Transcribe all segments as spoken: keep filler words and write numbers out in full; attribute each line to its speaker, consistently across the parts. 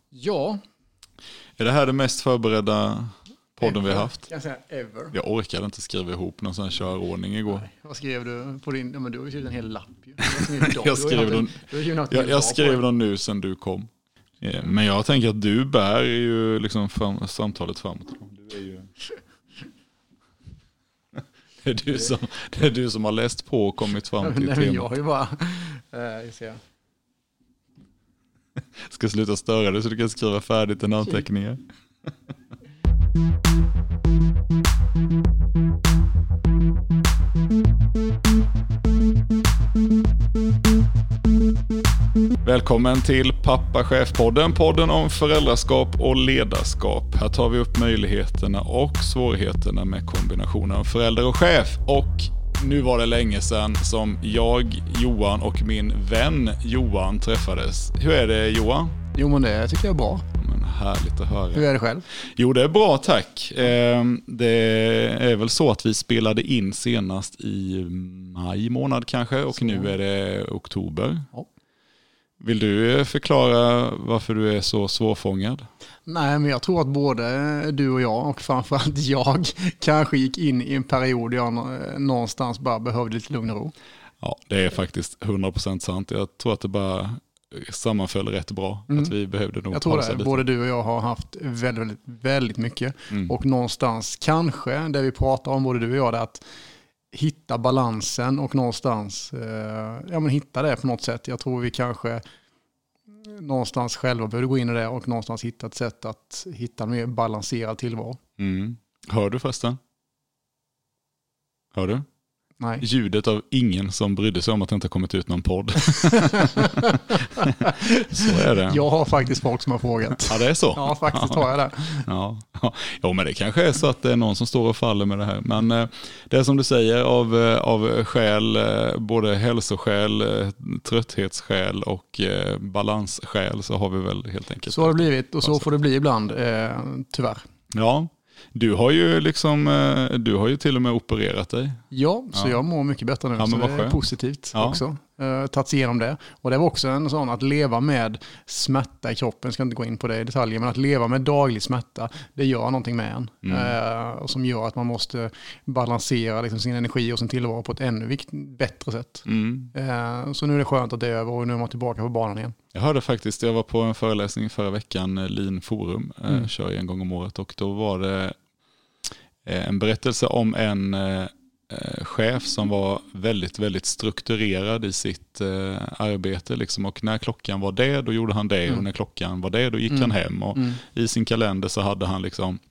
Speaker 1: Ja.
Speaker 2: Är det här det mest förberedda podden
Speaker 1: ever.
Speaker 2: vi har haft?
Speaker 1: Kan jag säga ever?
Speaker 2: Jag orkade inte skriva ihop någon sån här körordning igår.
Speaker 1: Nej. Vad skrev du på din... Ja, men du har ju skrivit en hel lapp ju.
Speaker 2: jag skrev, dem, jag, jag skrev dem nu sen du kom. Yeah. Men jag tänker att du bär ju liksom fram, samtalet framåt. Du är ju... det, är du som, det är du som har läst på och kommit fram till
Speaker 1: Nej,
Speaker 2: temat.
Speaker 1: Jag har ju bara... Uh, jag ser.
Speaker 2: Ska sluta störa dig så du kan skriva färdigt en anteckning. Välkommen till Pappa Chef-podden, podden om föräldraskap och ledarskap. Här tar vi upp möjligheterna och svårigheterna med kombinationen av förälder och chef. Och nu var det länge sedan som jag, Johan och min vän Johan träffades. Hur är det, Johan?
Speaker 1: Jo, men det tycker jag är bra.
Speaker 2: Men härligt att höra.
Speaker 1: Hur är det själv?
Speaker 2: Jo, det är bra, tack. Det är väl så att vi spelade in senast i maj månad kanske, och så. Nu är det oktober. Ja. Vill du förklara varför du är så svårfångad?
Speaker 1: Nej, men jag tror att både du och jag, och framförallt jag, kanske gick in i en period där jag någonstans bara behövde lite lugn och ro.
Speaker 2: Ja, det är faktiskt hundra procent sant. Jag tror att det bara sammanföll rätt bra. Mm. Att vi behövde nog
Speaker 1: jag tror det. Lite. Både du och jag har haft väldigt, väldigt, väldigt mycket. Mm. Och någonstans kanske, det vi pratar om både du och jag, är att hitta balansen och någonstans eh, ja, men hitta det på något sätt. Jag tror vi kanske någonstans själva behöver gå in i det och någonstans hitta ett sätt att hitta en mer balanserad tillvaro.
Speaker 2: Mm. Hör du förresten? Hör du?
Speaker 1: Nej.
Speaker 2: Ljudet av ingen som brydde sig om att det inte har kommit ut någon podd. Så är det.
Speaker 1: Jag har faktiskt folk som har frågat.
Speaker 2: Ja, det är så?
Speaker 1: Ja, faktiskt har jag det.
Speaker 2: Ja, ja, men det kanske är så att det är någon som står och faller med det här. Men eh, det är som du säger, av, av skäl, eh, både hälsoskäl, eh, trötthetsskäl och eh, balansskäl, så har vi väl helt enkelt...
Speaker 1: Så har det blivit, och så får det bli ibland, eh, tyvärr.
Speaker 2: Ja. Du har ju liksom, du har ju till och med opererat dig.
Speaker 1: Ja, så ja. Jag mår mycket bättre nu. Ja, så det är positivt ja. också. Uh, tagits igenom det. Och det var också en sån att leva med smärta i kroppen, jag ska inte gå in på det i detaljer, men att leva med daglig smärta, det gör någonting med en. Mm. Uh, som gör att man måste balansera liksom sin energi och sin tillvaro på ett ännu vikt- bättre sätt. Mm. Uh, så nu är det skönt att det är över och nu är man tillbaka på banan igen.
Speaker 2: Jag hörde faktiskt, jag var på en föreläsning förra veckan, Lean Forum, mm. kör en gång om året, och då var det en berättelse om en eh, chef som var väldigt, väldigt strukturerad i sitt eh, arbete. Liksom. Och när klockan var det, då gjorde han det. Mm. Och när klockan var det, då gick mm. han hem. Och mm. i sin kalender så hade han liksom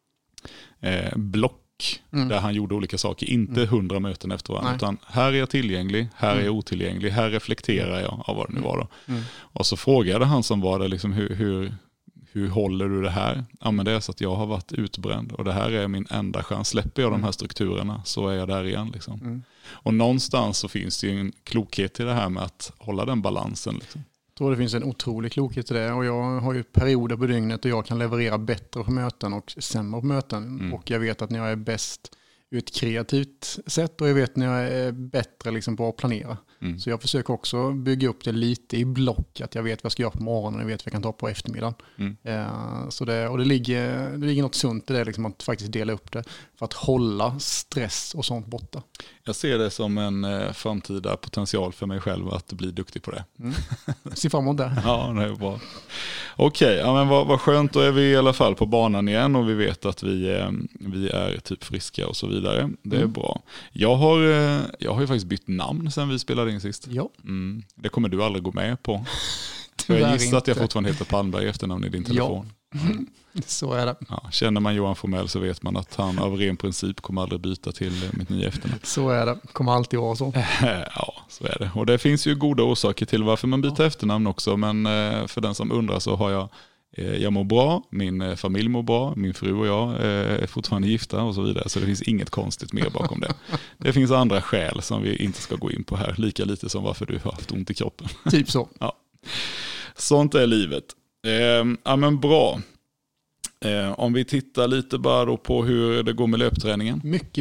Speaker 2: eh, block mm. där han gjorde olika saker. Inte hundra mm. möten efter varandra. Nej. Utan här är jag tillgänglig, här mm. är jag otillgänglig, här reflekterar jag av vad det nu var. Då. Mm. Och så frågade han som var det liksom hur... hur Hur håller du det här? Ja, men det är så att jag har varit utbränd och det här är min enda chans. Släpper jag mm. de här strukturerna så är jag där igen. Liksom. Mm. Och någonstans så finns det ju en klokhet i det här med att hålla den balansen. Liksom.
Speaker 1: Jag tror det finns en otrolig klokhet i det, och jag har ju perioder på dygnet och jag kan leverera bättre på möten och sämre på möten. Mm. Och jag vet att när jag är bäst ur ett kreativt sätt och jag vet när jag är bättre liksom på att planera. Mm. Så jag försöker också bygga upp det lite i block, att jag vet vad jag ska göra på morgonen och jag vet vad jag kan ta på eftermiddagen. Mm. Eh, så det, och det ligger, det ligger något sunt i det, liksom, att faktiskt dela upp det för att hålla stress och sånt borta.
Speaker 2: Jag ser det som en eh, framtida potential för mig själv att bli duktig på det.
Speaker 1: Mm. Se fram emot det.
Speaker 2: Ja, det är bra. Okej, ja, men vad, vad skönt, då är vi i alla fall på banan igen och vi vet att vi, eh, vi är typ friska och så vidare. Det är mm. bra. Jag har, eh, jag har ju faktiskt bytt namn sen vi spelade in sist.
Speaker 1: Ja.
Speaker 2: Mm. Det kommer du aldrig gå med på. Jag gissar att jag fortfarande heter Palmberg efternamn i din telefon.
Speaker 1: Ja. Mm. Så är det.
Speaker 2: Ja, känner man Johan Formell så vet man att han av ren princip kommer aldrig byta till mitt nya efternamn.
Speaker 1: Så är det. Kommer alltid vara så.
Speaker 2: Ja, så är det. Och det finns ju goda orsaker till varför man byter ja. efternamn också. Men för den som undrar så har jag Jag mår bra, min familj mår bra, min fru och jag är fortfarande gifta och så vidare. Så det finns inget konstigt mer bakom det. Det finns andra skäl som vi inte ska gå in på här. Lika lite som varför du har haft ont i kroppen.
Speaker 1: Typ så.
Speaker 2: Ja. Sånt är livet. Eh, ja men bra. Eh, om vi tittar lite bara då på hur det går med löpträningen.
Speaker 1: Mycket bra.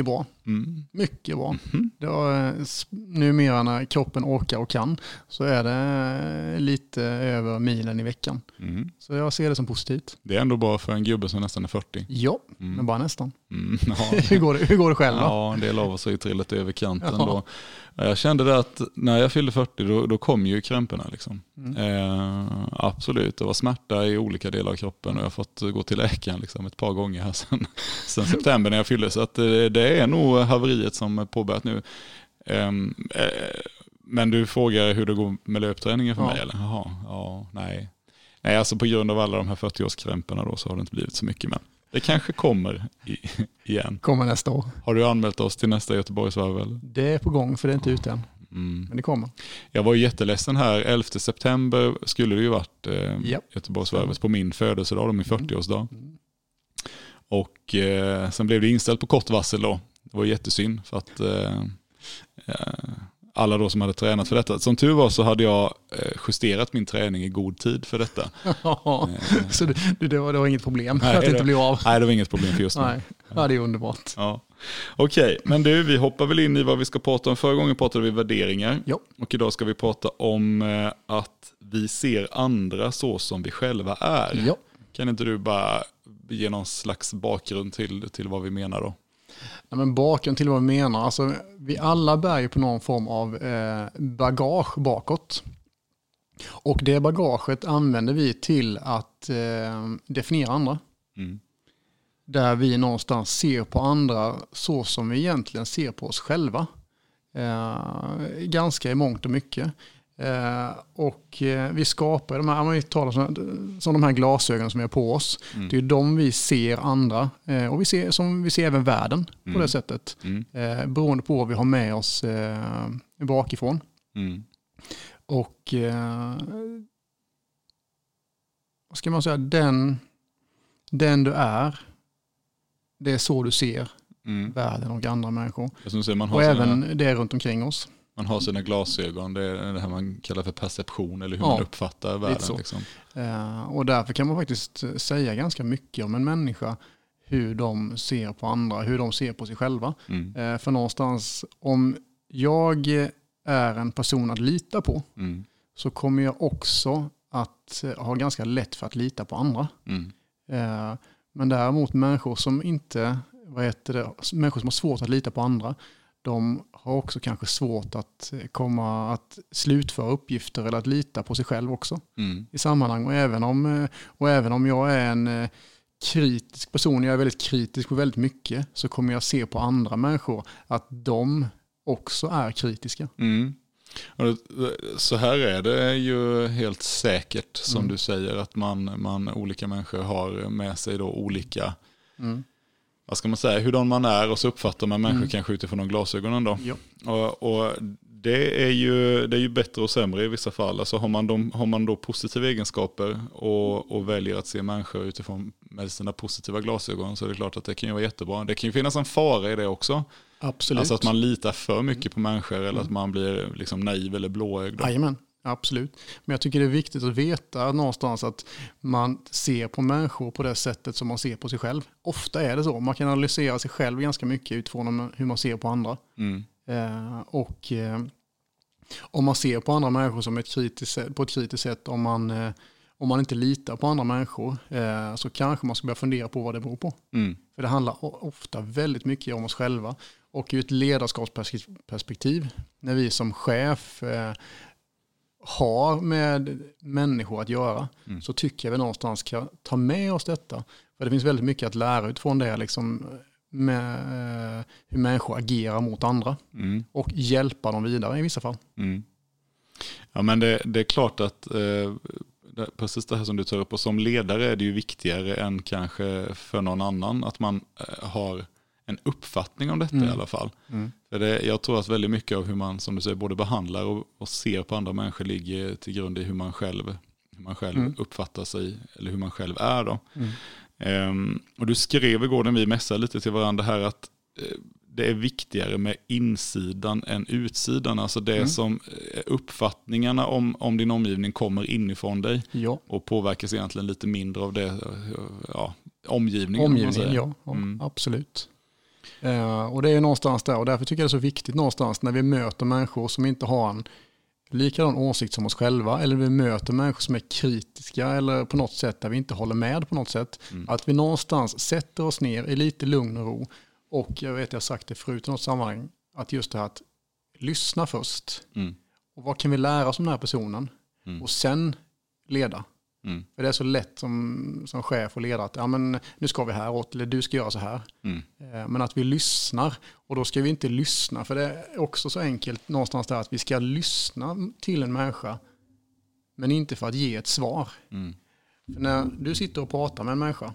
Speaker 2: Mm.
Speaker 1: Mycket bra.
Speaker 2: Mm.
Speaker 1: Det var, numera när kroppen orkar och kan så är det lite över milen i veckan.
Speaker 2: Mm.
Speaker 1: Så jag ser det som positivt.
Speaker 2: Det är ändå bra för en gubbe som nästan är fyrtio.
Speaker 1: Ja,
Speaker 2: Mm.
Speaker 1: men bara nästan.
Speaker 2: Mm. Ja.
Speaker 1: hur, går det, hur går det själv då?
Speaker 2: Ja, en del av oss har ju trillat över kanten
Speaker 1: Ja.
Speaker 2: då. Jag kände det att när jag fyllde fyrtio då, då kom ju krämporna liksom.
Speaker 1: Mm.
Speaker 2: Eh, absolut, det var smärta i olika delar av kroppen och jag har fått gå till läkaren liksom ett par gånger här sen, sen september när jag fyllde. Så att det, det är nog haveriet som är påbörjat nu. Eh, eh, men du frågar hur det går med löpträningen för
Speaker 1: Ja.
Speaker 2: mig eller? Jaha, ja, nej. Nej, alltså på grund av alla de här fyrtioårskrämporna då så har det inte blivit så mycket, men det kanske kommer i, igen.
Speaker 1: Kommer nästa år.
Speaker 2: Har du anmält oss till nästa Göteborgsvarv eller?
Speaker 1: Det är på gång för det är inte ute än.
Speaker 2: Mm.
Speaker 1: Men det kommer.
Speaker 2: Jag var jätteledsen här, elfte september skulle det ju varit eh,
Speaker 1: Ja.
Speaker 2: Göteborgsvarvet på min födelsedag, då, min fyrtioårsdag.
Speaker 1: Mm.
Speaker 2: Och eh, sen blev det inställt på kort varsel då. Det var jättesynd för att eh, eh, alla då som hade tränat för detta. Som tur var så hade jag eh, justerat min träning i god tid för detta.
Speaker 1: Ja, så det, det, var, det var inget problem
Speaker 2: Nej,
Speaker 1: att det inte
Speaker 2: det-
Speaker 1: blev av.
Speaker 2: Nej, det var inget problem för just nu.
Speaker 1: Nej, ja, det är underbart.
Speaker 2: Ja. Okej, men du, vi hoppar väl in i vad vi ska prata om. Förra gången pratade vi värderingar.
Speaker 1: Ja.
Speaker 2: Och idag ska vi prata om eh, att vi ser andra så som vi själva är.
Speaker 1: Ja.
Speaker 2: Kan inte du bara ge någon slags bakgrund till, till vad vi menar då?
Speaker 1: Ja, men bakgrund till vad vi menar. Alltså, vi alla bär ju på någon form av eh, bagage bakåt. Och det bagaget använder vi till att eh, definiera andra.
Speaker 2: Mm.
Speaker 1: Där vi någonstans ser på andra så som vi egentligen ser på oss själva. Eh, ganska i mångt och mycket. Eh, och eh, vi skapar de här, vi talar som, som de här glasögonen som är på oss.
Speaker 2: Mm.
Speaker 1: Det är de vi ser andra. Eh, och vi ser, som vi ser även världen på
Speaker 2: Mm.
Speaker 1: det sättet.
Speaker 2: Mm.
Speaker 1: Eh, beroende på vad vi har med oss eh, bakifrån.
Speaker 2: Mm.
Speaker 1: Och eh, vad ska man säga, den, den du är, det är så du ser
Speaker 2: Mm.
Speaker 1: världen och andra människor.
Speaker 2: Jag skulle säga, man, har
Speaker 1: Och
Speaker 2: sina,
Speaker 1: även det runt omkring oss.
Speaker 2: man har sina glasögon, det är det här man kallar för perception eller hur
Speaker 1: Ja,
Speaker 2: man uppfattar världen.
Speaker 1: så.
Speaker 2: Liksom.
Speaker 1: Eh, och därför kan man faktiskt säga ganska mycket om en människa, hur de ser på andra, hur de ser på sig själva.
Speaker 2: Mm.
Speaker 1: Eh, för någonstans, om jag är en person att lita på,
Speaker 2: Mm.
Speaker 1: så kommer jag också att eh, ha ganska lätt för att lita på andra.
Speaker 2: Mm.
Speaker 1: Eh, men däremot människor som inte, vad heter det, människor som har svårt att lita på andra, de har också kanske svårt att komma att slutföra uppgifter eller att lita på sig själv också
Speaker 2: Mm.
Speaker 1: i sammanhang. Och även om, och även om jag är en eh, kritisk person, jag är väldigt kritisk på väldigt mycket, så kommer jag se på andra människor att de också är kritiska.
Speaker 2: Mm. Och det- så här är det ju helt säkert som
Speaker 1: Mm.
Speaker 2: du säger att man, man, olika människor har med sig då olika,
Speaker 1: Mm.
Speaker 2: vad ska man säga, hur de man är och så uppfattar man människor
Speaker 1: Mm.
Speaker 2: kanske utifrån de glasögonen då.
Speaker 1: Ja.
Speaker 2: Och, och det är ju, det är ju bättre och sämre i vissa fall. Alltså har man, de, har man då positiva egenskaper och, och väljer att se människor utifrån med sina positiva glasögon, så är det klart att det kan ju vara jättebra. Det kan ju finnas en fara i det också.
Speaker 1: Absolut.
Speaker 2: Alltså att man litar för mycket på människor eller att man blir liksom naiv eller blåögd. då.
Speaker 1: Jajamän, absolut. Men jag tycker det är viktigt att veta någonstans att man ser på människor på det sättet som man ser på sig själv. Ofta är det så. Man kan analysera sig själv ganska mycket utifrån hur man ser på andra.
Speaker 2: Mm.
Speaker 1: Eh, och eh, om man ser på andra människor som ett kritiskt, sätt- på ett kritiskt sätt, om man, eh, om man inte litar på andra människor, eh, så kanske man ska börja fundera på vad det beror på.
Speaker 2: Mm.
Speaker 1: För det handlar o- ofta väldigt mycket om oss själva. Och ur ett ledarskapsperspektiv, när vi som chef eh, har med människor att göra,
Speaker 2: Mm.
Speaker 1: så tycker jag vi någonstans ska ta med oss detta. För det finns väldigt mycket att lära utifrån det, liksom, med eh, hur människor agerar mot andra.
Speaker 2: Mm.
Speaker 1: Och hjälpa dem vidare i vissa fall.
Speaker 2: Mm. Ja, men det, det är klart att eh, det, precis det här som du tar upp, och som ledare är det ju viktigare än kanske för någon annan att man eh, har en uppfattning om detta
Speaker 1: Mm.
Speaker 2: i alla fall.
Speaker 1: Mm.
Speaker 2: För det, jag tror att väldigt mycket av hur man, som du säger, både behandlar och, och ser på andra människor ligger till grund i hur man själv, hur man själv
Speaker 1: Mm.
Speaker 2: uppfattar sig eller hur man själv är då.
Speaker 1: Mm.
Speaker 2: Ehm, och du skrev igår när vi mässade lite till varandra här att eh, det är viktigare med insidan än utsidan. Alltså det
Speaker 1: Mm.
Speaker 2: som eh, uppfattningarna om, om din omgivning kommer inifrån dig
Speaker 1: Ja,
Speaker 2: och påverkas egentligen lite mindre av det, eh, ja, omgivningen. om man
Speaker 1: omgivningen,
Speaker 2: säger.
Speaker 1: ja, ja
Speaker 2: Mm.
Speaker 1: absolut. Uh, och det är någonstans där, och därför tycker jag det är så viktigt någonstans när vi möter människor som inte har en likadan åsikt som oss själva, eller vi möter människor som är kritiska eller på något sätt där vi inte håller med på något sätt, mm. att vi någonstans sätter oss ner i lite lugn och ro. Och jag vet jag har sagt det förut i något sammanhang, att just det här att lyssna först. Mm. Och vad kan vi lära oss om den här personen? Mm. Och sen leda. Mm. För det är så lätt som, som chef och ledare att ja, men nu ska vi här åt, eller du ska göra så här. Mm. Men att vi lyssnar, och då ska vi inte lyssna, för det är också så enkelt någonstans där att vi ska lyssna till en människa, men inte för att ge ett svar. Mm. För när du sitter och pratar med en människa,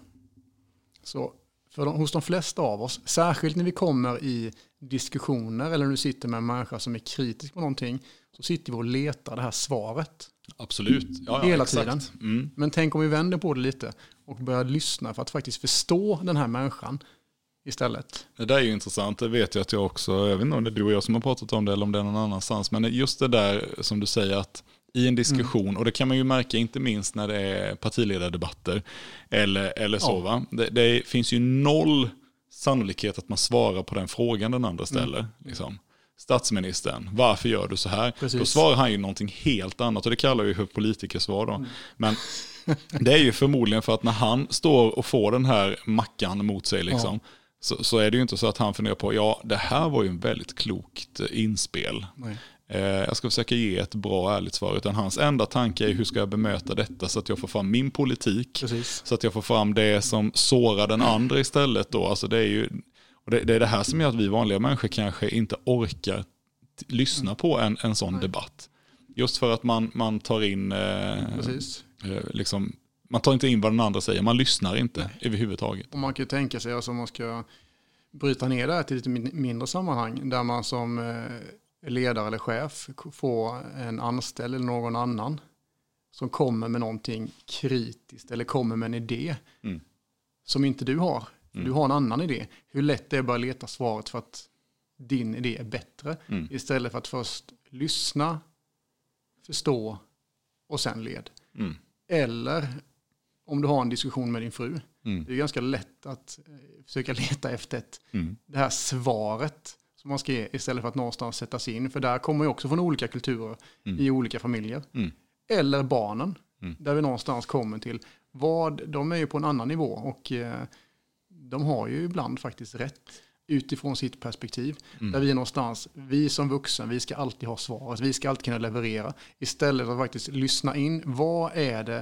Speaker 1: så för de, hos de flesta av oss, särskilt när vi kommer i diskussioner eller när du sitter med en människa som är kritisk på någonting, så sitter vi och letar det här svaret.
Speaker 2: Absolut. Ja, ja,
Speaker 1: hela
Speaker 2: exakt.
Speaker 1: tiden.
Speaker 2: Mm.
Speaker 1: Men tänk om vi vänder på det lite och börjar lyssna för att faktiskt förstå den här människan istället.
Speaker 2: Det där är ju intressant. Det vet jag att jag också, jag vet inte om det är du och jag som har pratat om det eller om det är någon annanstans, men just det där som du säger att i en diskussion, mm. och det kan man ju märka inte minst när det är partiledardebatter eller, eller så, ja. va? Det, det finns ju noll sannolikhet att man svarar på den frågan den andra ställer. Mm. Liksom. Statsministern, varför gör du så här? Precis. Då svarar han ju någonting helt annat, och det kallar vi för politikersvar då. Mm. Men det är ju förmodligen för att när han står och får den här mackan mot sig liksom, ja. så, så är det ju inte så att han funderar på, ja det här var ju en väldigt klokt inspel. Nej. Jag ska försöka ge ett bra ärligt svar, utan hans enda tanke är hur ska jag bemöta detta så att jag får fram min politik. Precis. Så att jag får fram det som sårar den andra istället då. Alltså det är ju, och det, det är det här som gör att vi vanliga människor kanske inte orkar t- lyssna på en, en sån Nej. debatt. Just för att man, man tar in eh, eh, liksom, man tar inte in vad den andra säger, man lyssnar inte Nej. överhuvudtaget.
Speaker 1: Och man kan ju tänka sig, alltså man ska bryta ner det här till lite mindre sammanhang där man som eh, ledare eller chef får en anställd eller någon annan som kommer med någonting kritiskt eller kommer med en idé mm. som inte du har. Mm. Du har en annan idé. Hur lätt det är bara att leta svaret för att din idé är bättre mm. istället för att först lyssna, förstå och sen led. Mm. Eller om du har en diskussion med din fru. Mm. Det är ganska lätt att försöka leta efter ett, mm. det här svaret som man ska ge istället för att någonstans sätta sig in. För där kommer ju också från olika kulturer mm. i olika familjer. Mm. Eller barnen. Mm. Där vi någonstans kommer till vad, de är ju på en annan nivå och eh, de har ju ibland faktiskt rätt utifrån sitt perspektiv. Mm. Där vi någonstans, vi som vuxen, vi ska alltid ha svaret. Vi ska alltid kunna leverera. Istället för att faktiskt lyssna in, vad är det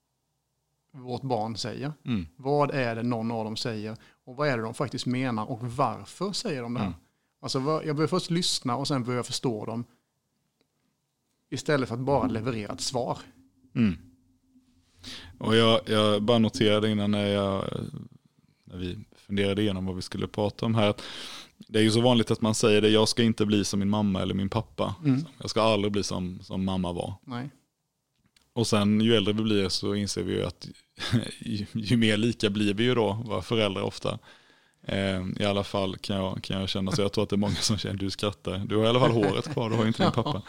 Speaker 1: vårt barn säger? Mm. Vad är det någon av dem säger? Och vad är det de faktiskt menar? Och varför säger de det här? Mm. Alltså, jag behöver först lyssna och sen behöver jag förstå dem. Istället för att bara leverera ett svar.
Speaker 2: Mm. Och jag, jag bara noterade innan när, jag, när vi funderade igenom vad vi skulle prata om här. Det är ju så vanligt att man säger det, jag ska inte bli som min mamma eller min pappa. Mm. Jag ska aldrig bli som, som mamma var.
Speaker 1: Nej.
Speaker 2: Och sen ju äldre vi blir så inser vi ju att ju, ju mer lika blir vi ju då, våra föräldrar ofta. Eh, I alla fall kan jag, kan jag känna, så jag tror att det är många som känner, du skrattar. Du har i alla fall håret kvar, du har inte din pappa.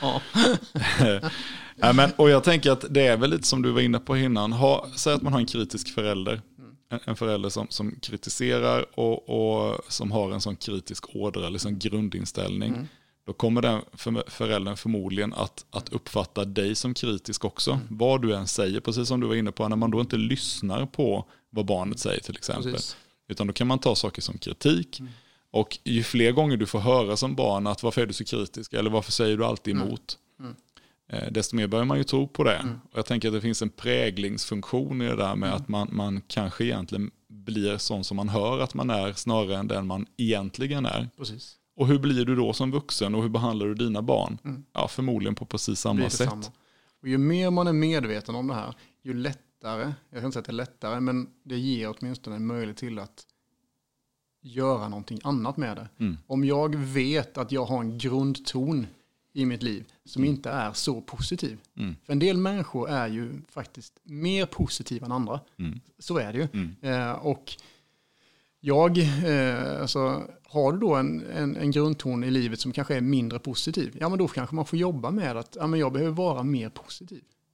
Speaker 2: eh, men, och jag tänker att det är väl lite som du var inne på innan. Ha, säg att man har en kritisk förälder. En, en förälder som, som kritiserar och, och som har en sån kritisk ådra, liksom grundinställning. Mm. Då kommer den för, föräldern förmodligen att, att uppfatta dig som kritisk också. Mm. Vad du än säger, precis som du var inne på, när man då inte lyssnar på vad barnet säger till exempel. Precis. Utan då kan man ta saker som kritik. Mm. Och ju fler gånger du får höra som barn att varför är du så kritisk? Eller varför säger du alltid emot? Mm. Mm. Eh, desto mer börjar man ju tro på det. Mm. Och jag tänker att det finns en präglingsfunktion i det där med mm. att man, man kanske egentligen blir sån som man hör att man är snarare än den man egentligen är.
Speaker 1: Precis.
Speaker 2: Och hur blir du då som vuxen och hur behandlar du dina barn? Mm. Ja, förmodligen på precis samma sätt. Samma.
Speaker 1: Och ju mer man är medveten om det här, ju lättare, jag kan inte säga att det är lättare, men det ger åtminstone en möjlighet till att göra någonting annat med det. Mm. Om jag vet att jag har en grundton i mitt liv som mm. inte är så positiv. Mm. För en del människor är ju faktiskt mer positiva än andra. Mm. Så är det ju. Mm. Eh, och jag, eh, alltså, har du då en, en, en grundton i livet som kanske är mindre positiv, ja men då kanske man får jobba med att ja, men jag behöver vara mer positiv.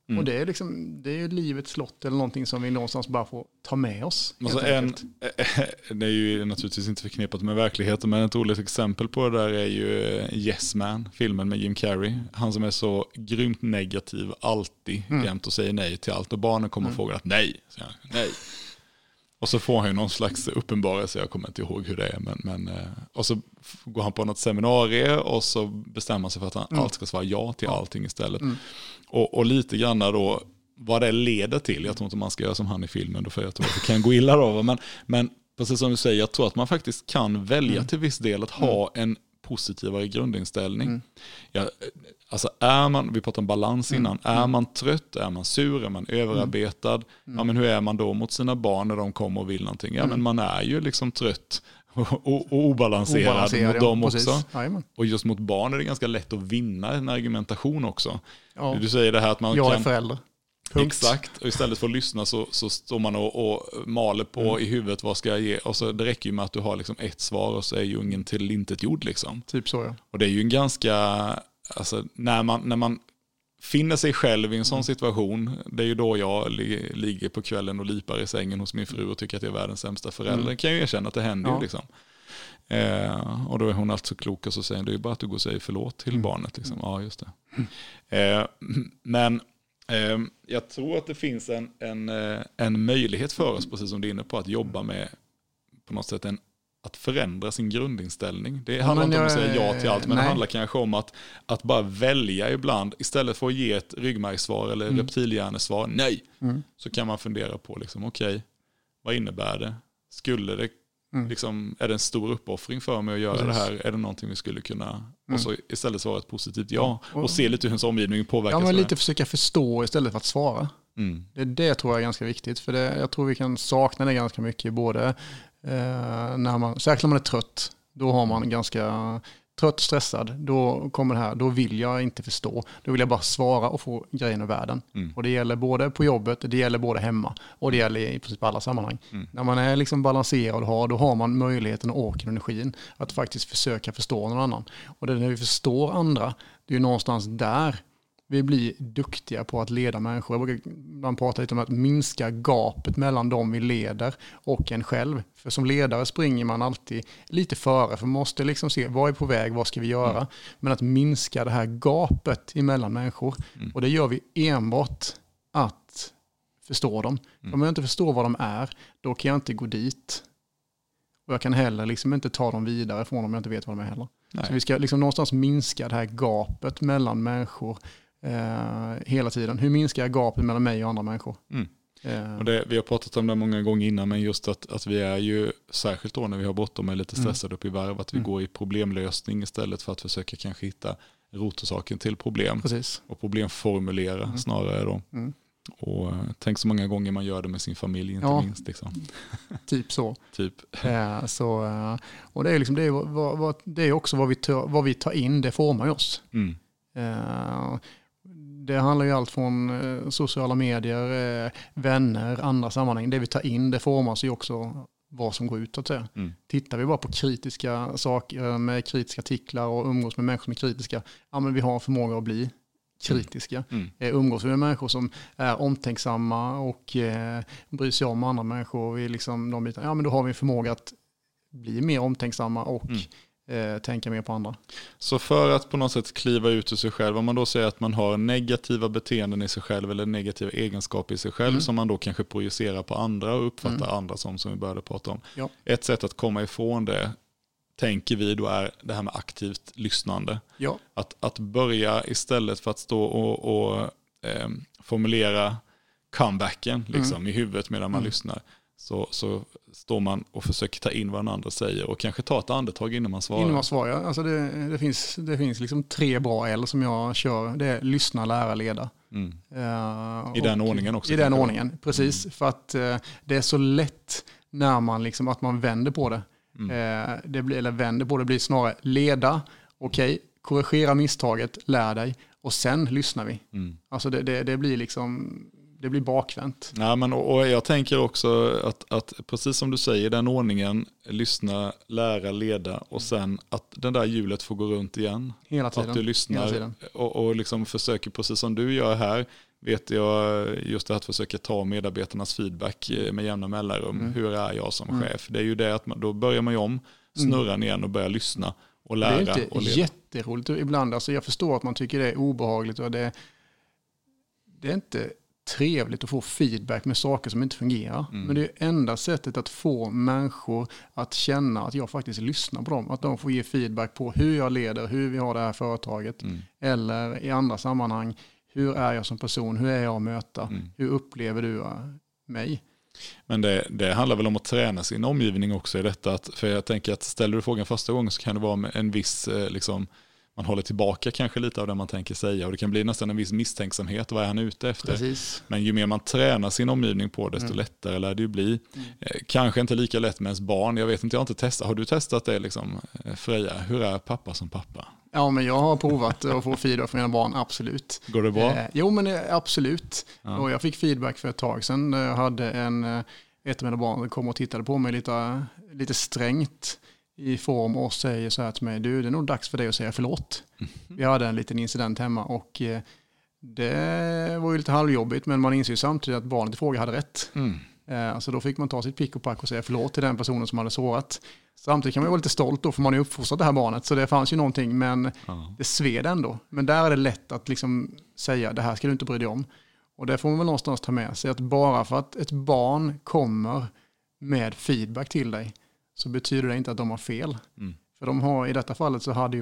Speaker 1: Mm. Och det är liksom, det är livets slott eller någonting som vi någonstans bara får ta med oss.
Speaker 2: Alltså en, det är ju naturligtvis inte förknippat med verkligheten, men ett roligt exempel på det där är ju Yes Man, filmen med Jim Carrey. Han som är så grymt negativ alltid mm. jämt och säger nej till allt. Och barnen kommer mm. och frågar att nej, så jag, nej. Och så får han ju någon slags uppenbarelse, jag kommer inte ihåg hur det är. Men, men, och så går han på något seminarium och så bestämmer han sig för att han mm. allt ska svara ja till allting istället. Mm. Och, och lite grann då, vad det leder till. Jag tror inte man ska göra som han i filmen, då, för jag tror att det kan gå illa då. Men, men precis som du säger, jag tror att man faktiskt kan välja mm. till viss del att ha en positivare grundinställning. Mm. Ja, alltså är man, vi pratade om balans innan, mm. är man trött, är man sur, är man överarbetad, mm. ja, men hur är man då mot sina barn när de kommer och vill någonting? Ja, mm. men man är ju liksom trött och, och, och obalanserad, obalanserad mot ja, dem precis. Också. Jajamän. Och just mot barn är det ganska lätt att vinna en argumentation också. Ja. Du säger det här att man
Speaker 1: jag
Speaker 2: kan...
Speaker 1: är förälder.
Speaker 2: Punkt. Exakt, och istället för att lyssna så, så står man och, och maler på mm. i huvudet vad ska jag ge, och så det räcker ju med att du har liksom ett svar och så är ju ungen till intet gjord liksom.
Speaker 1: Typ så ja.
Speaker 2: Och det är ju en ganska, alltså när man, när man finner sig själv i en sån mm. situation, det är ju då jag li, ligger på kvällen och lipar i sängen hos min fru och tycker att jag är världens sämsta förälder. Mm. Kan jag ju erkänna att det händer ja. Ju liksom. Eh, och då är hon alltså klok och så säger det är ju bara att du går och säger förlåt till mm. barnet liksom. Ja, just det. Mm. Eh, men jag tror att det finns en, en, en möjlighet för oss, precis som du är inne på, att jobba med på något sätt en, att förändra sin grundinställning. Det handlar inte om att säga ja till allt, men nej. Det handlar kanske om att, att bara välja ibland, istället för att ge ett ryggmärgssvar eller mm. reptilhjärnesvar, nej, mm. så kan man fundera på liksom, okej, okay, vad innebär det? Skulle det Mm. Liksom, är det en stor uppoffring för mig att göra Precis. Det här? Är det någonting vi skulle kunna... Mm. Och så istället svara ett positivt ja. Och, och se lite hur ens omgivning påverkas.
Speaker 1: Ja, men lite försöka förstå istället för att svara. Mm. Det, det tror jag är ganska viktigt. För det, jag tror vi kan sakna det ganska mycket. Både eh, när man... Särskilt när man är trött. Då har man ganska... Trött, stressad, då kommer det här, då vill jag inte förstå. Då vill jag bara svara och få grejen ur världen. Mm. Och det gäller både på jobbet, det gäller både hemma. Och det gäller i princip alla sammanhang. Mm. När man är liksom balanserad och har, då har man möjligheten och orken och energin att faktiskt försöka förstå någon annan. Och det är när vi förstår andra, det är ju någonstans där vi blir duktiga på att leda människor. Jag brukar man prata lite om att minska gapet mellan dem vi leder och en själv. För som ledare springer man alltid lite före. För man måste liksom se vad är på väg, vad ska vi göra. Mm. Men att minska det här gapet emellan människor. Mm. Och det gör vi enbart att förstå dem. Mm. Om jag inte förstår vad de är, då kan jag inte gå dit. Och jag kan heller liksom inte ta dem vidare från om jag inte vet vad de är heller. Nej. Så vi ska liksom någonstans minska det här gapet mellan människor eh, hela tiden. Hur minskar jag gapet mellan mig och andra människor? Mm. Eh. Och
Speaker 2: det, vi har pratat om det många gånger innan, men just att, att vi är ju, särskilt då när vi har bråttom och är lite stressade mm. upp i varv, att vi mm. går i problemlösning istället för att försöka kanske hitta rotorsaken till problem.
Speaker 1: Precis.
Speaker 2: Och problemformulera mm. snarare då. Mm. Och tänk så många gånger man gör det med sin familj, inte ja, minst. Liksom.
Speaker 1: Typ så.
Speaker 2: typ.
Speaker 1: Eh, så och det är, liksom, det är, vad, vad, det är också vad vi, tar, vad vi tar in, det formar ju oss. Mm. Eh, det handlar ju allt från eh, sociala medier, eh, vänner, andra sammanhang. Det vi tar in, det formas ju också vad som går ut att säga. Mm. Tittar vi bara på kritiska saker med kritiska artiklar och umgås med människor som är kritiska, ja men vi har förmåga att bli kritiska. Mm. Eh, umgås med människor som är omtänksamma och eh, bryr sig om andra människor. Vi liksom, de bitar, ja, men då har vi en förmåga att bli mer omtänksamma och mm. eh, tänka mer på andra.
Speaker 2: Så för att på något sätt kliva ut ur sig själv, om man då säger att man har negativa beteenden i sig själv eller negativa egenskaper i sig själv mm. som man då kanske projicerar på andra och uppfattar mm. andra som, som vi började prata om. Ja. Ett sätt att komma ifrån det, tänker vi då, är det här med aktivt lyssnande. Ja. Att, att börja istället för att stå och, och eh, formulera comebacken liksom, mm. i huvudet medan man mm. lyssnar. Så, så står man och försöker ta in vad den andra säger och kanske ta ett andetag innan man svarar.
Speaker 1: Innan man svarar, alltså det, det finns, det finns liksom tre bra L som jag kör. Det är lyssna, lära, leda. Mm. Uh,
Speaker 2: I den ordningen också.
Speaker 1: I den ordningen, precis. Mm. För att uh, det är så lätt när man liksom, att man vänder på det. Mm. Eh, det blir, eller vänder på det, blir snarare leda, okej, okay, korrigera misstaget, lär dig och sen lyssnar vi. Mm. Alltså det, det, det blir liksom, det blir bakvänt.
Speaker 2: Ja, men, och, och jag tänker också att, att precis som du säger, den ordningen, lyssna, lära, leda och sen att den där hjulet får gå runt igen.
Speaker 1: Hela tiden.
Speaker 2: Att du lyssnar och, och liksom försöker, precis som du gör här, vet jag just det att försöka ta medarbetarnas feedback med jämna mellanrum. Mm. Hur är jag som mm. chef? Det är ju det att man, då börjar man ju om, snurra mm. igen och börja lyssna och lära.
Speaker 1: Det är inte
Speaker 2: och leda.
Speaker 1: Jätteroligt ibland. Alltså jag förstår att man tycker det är obehagligt och det, det är inte trevligt att få feedback med saker som inte fungerar. Mm. Men det är enda sättet att få människor att känna att jag faktiskt lyssnar på dem. Att de får ge feedback på hur jag leder, hur vi har det här företaget. Mm. Eller i andra sammanhang, hur är jag som person, hur är jag att möta, mm. hur upplever du mig?
Speaker 2: Men det, det handlar väl om att träna sin omgivning också i detta. Att, för jag tänker att ställer du frågan första gången så kan det vara med en viss, liksom, man håller tillbaka kanske lite av det man tänker säga. Och det kan bli nästan en viss misstänksamhet, vad är han ute efter?
Speaker 1: Precis.
Speaker 2: Men ju mer man tränar sin omgivning på, desto mm. lättare lär det ju bli. Mm. Eh, kanske inte lika lätt med ens barn. Jag vet inte, jag har inte testat. Har du testat det liksom, Freja? Hur är pappa som pappa?
Speaker 1: Ja, men jag har provat att få feedback från mina barn, absolut.
Speaker 2: Går det bra?
Speaker 1: Eh, jo, men absolut. Ja. Och jag fick feedback för ett tag sedan. Jag hade en, ett av mina barn som kom och tittade på mig lite, lite strängt i form och säger så här till mig: du, det är nog dags för dig att säga förlåt. Mm. Vi hade en liten incident hemma och det var ju lite halvjobbigt, men man inser ju samtidigt att barnet i fråga hade rätt. Mm. Alltså då fick man ta sitt pick och pack och säga förlåt till den personen som hade sårat. Samtidigt kan man ju vara lite stolt då, för man har ju uppfostrat det här barnet, så det fanns ju någonting, men ja. Det sved ändå. Men där är det lätt att liksom säga, det här ska du inte bry dig om. Och det får man väl någonstans ta med sig, att bara för att ett barn kommer med feedback till dig så betyder det inte att de har fel. Mm. För de har, i detta fallet så hade ju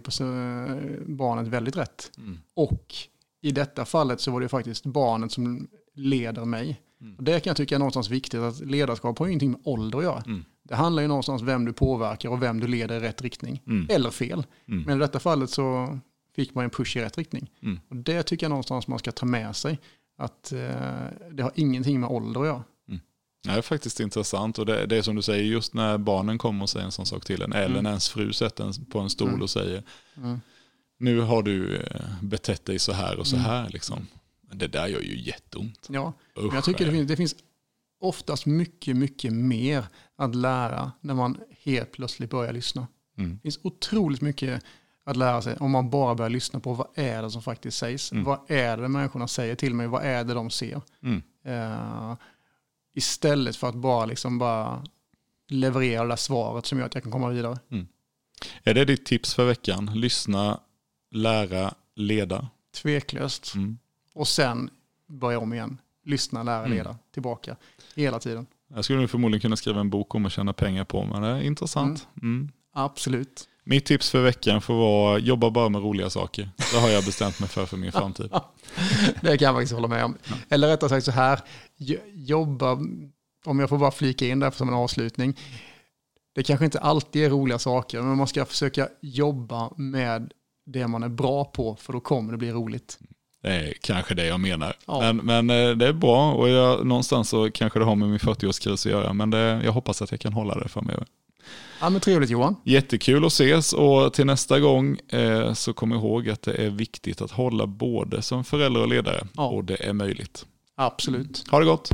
Speaker 1: barnet väldigt rätt. Mm. Och i detta fallet så var det faktiskt barnet som leder mig. Mm. Och det kan jag tycka är någonstans viktigt, att ledarskap har ingenting med ålder att göra. Mm. Det handlar ju någonstans om vem du påverkar och vem du leder i rätt riktning. Mm. Eller fel. Mm. Men i detta fallet så fick man en push i rätt riktning. Mm. Och det tycker jag någonstans man ska ta med sig. Att eh, det har ingenting med ålder att göra.
Speaker 2: Mm. Det är faktiskt intressant. Och det, det är som du säger, just när barnen kommer och säger en sån sak till en. Eller mm. när ens fru sätter en på en stol mm. och säger mm. nu har du betett dig så här och så här. Mm. Liksom. Det där gör ju jätteont.
Speaker 1: Ja, Usch, men jag tycker det finns, det finns oftast mycket, mycket mer att lära när man helt plötsligt börjar lyssna. Mm. Det finns otroligt mycket att lära sig om man bara börjar lyssna på vad är det som faktiskt sägs. Mm. Vad är det människorna säger till mig? Vad är det de ser? Mm. Uh, istället för att bara, liksom bara leverera det där svaret som gör att jag kan komma vidare.
Speaker 2: Mm. Är det ditt tips för veckan? Lyssna, lära, leda?
Speaker 1: Tveklöst. Mm. Och sen börja om igen. Lyssna, lära, mm. leda. Tillbaka. Hela tiden.
Speaker 2: Jag skulle nog förmodligen kunna skriva en bok om att tjäna pengar på, men det är intressant. Mm. Mm.
Speaker 1: Absolut.
Speaker 2: Mitt tips för veckan får vara jobba bara med roliga saker. Det har jag bestämt mig för för min framtid.
Speaker 1: Det kan jag faktiskt hålla med om. Ja. Eller rättare sagt så här. Jobba, om jag får bara flika in där som en avslutning. Det kanske inte alltid är roliga saker, men man ska försöka jobba med det man är bra på, för då kommer det bli roligt.
Speaker 2: Det är kanske det jag menar. Ja. Men, men det är bra, och jag, någonstans så kanske det har med min fyrtioårskris att göra, men det, jag hoppas att jag kan hålla det för mig.
Speaker 1: Ja, men trevligt, Johan.
Speaker 2: Jättekul att ses, och till nästa gång eh, så kom ihåg att det är viktigt att hålla både som förälder och ledare, ja. Och det är möjligt.
Speaker 1: Absolut.
Speaker 2: Ha det gott.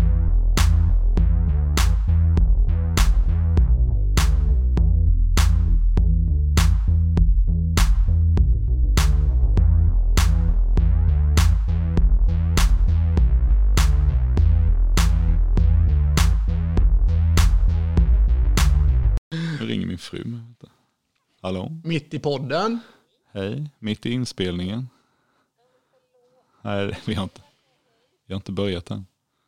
Speaker 2: Ringer min fru. Hallå?
Speaker 1: Mitt i podden.
Speaker 2: Hej, mitt i inspelningen. Nej, vi har inte, vi har inte börjat än.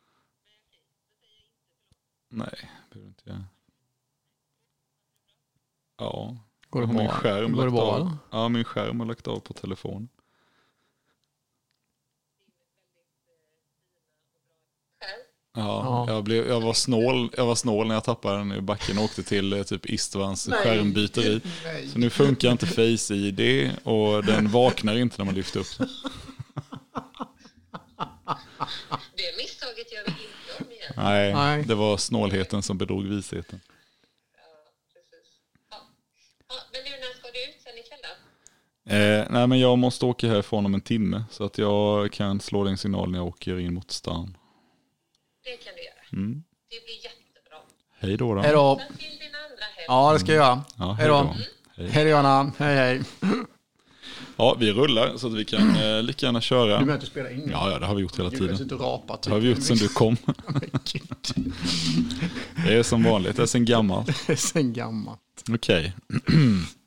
Speaker 2: Nej, behöver inte jag. Ja.
Speaker 1: Går det
Speaker 2: bra? Min skärm
Speaker 1: Går det bra?
Speaker 2: Av. Ja, min skärm har lagt av på telefon. Ja, ja. Jag, blev, jag, var snål, jag var snål när jag tappade den i backen och åkte till typ Istvans nej, skärmbyteri. Nej. Så nu funkar inte Face I D och den vaknar inte när man lyfter upp den.
Speaker 3: Det misstaget gör vi inte om igen.
Speaker 2: Nej, nej, det var snålheten som bedrog visheten.
Speaker 3: Ja, precis. Ja. Ja, men nu när ska du ut sen ikväll då?
Speaker 2: Eh, nej, men jag måste åka härifrån om en timme, så att jag kan slå den signal när jag åker in mot stan.
Speaker 3: Det kan du göra. Mm. Det blir jättebra.
Speaker 2: Hej då då.
Speaker 1: Hej då.
Speaker 3: Sen till din andra hem.
Speaker 1: Ja, det ska jag göra.
Speaker 2: Ja,
Speaker 1: hej då. Mm. Hej då, Anna. Hej, hej.
Speaker 2: Ja, vi rullar så att vi kan eh, lika gärna köra.
Speaker 1: Du menar att du spelar in?
Speaker 2: Ja, ja, det har vi gjort hela tiden.
Speaker 1: Du har rapat.
Speaker 2: Det har vi gjort sen du kom. Det är som vanligt, det är sen gammalt.
Speaker 1: Det är sen gammalt.
Speaker 2: Okej. Okay.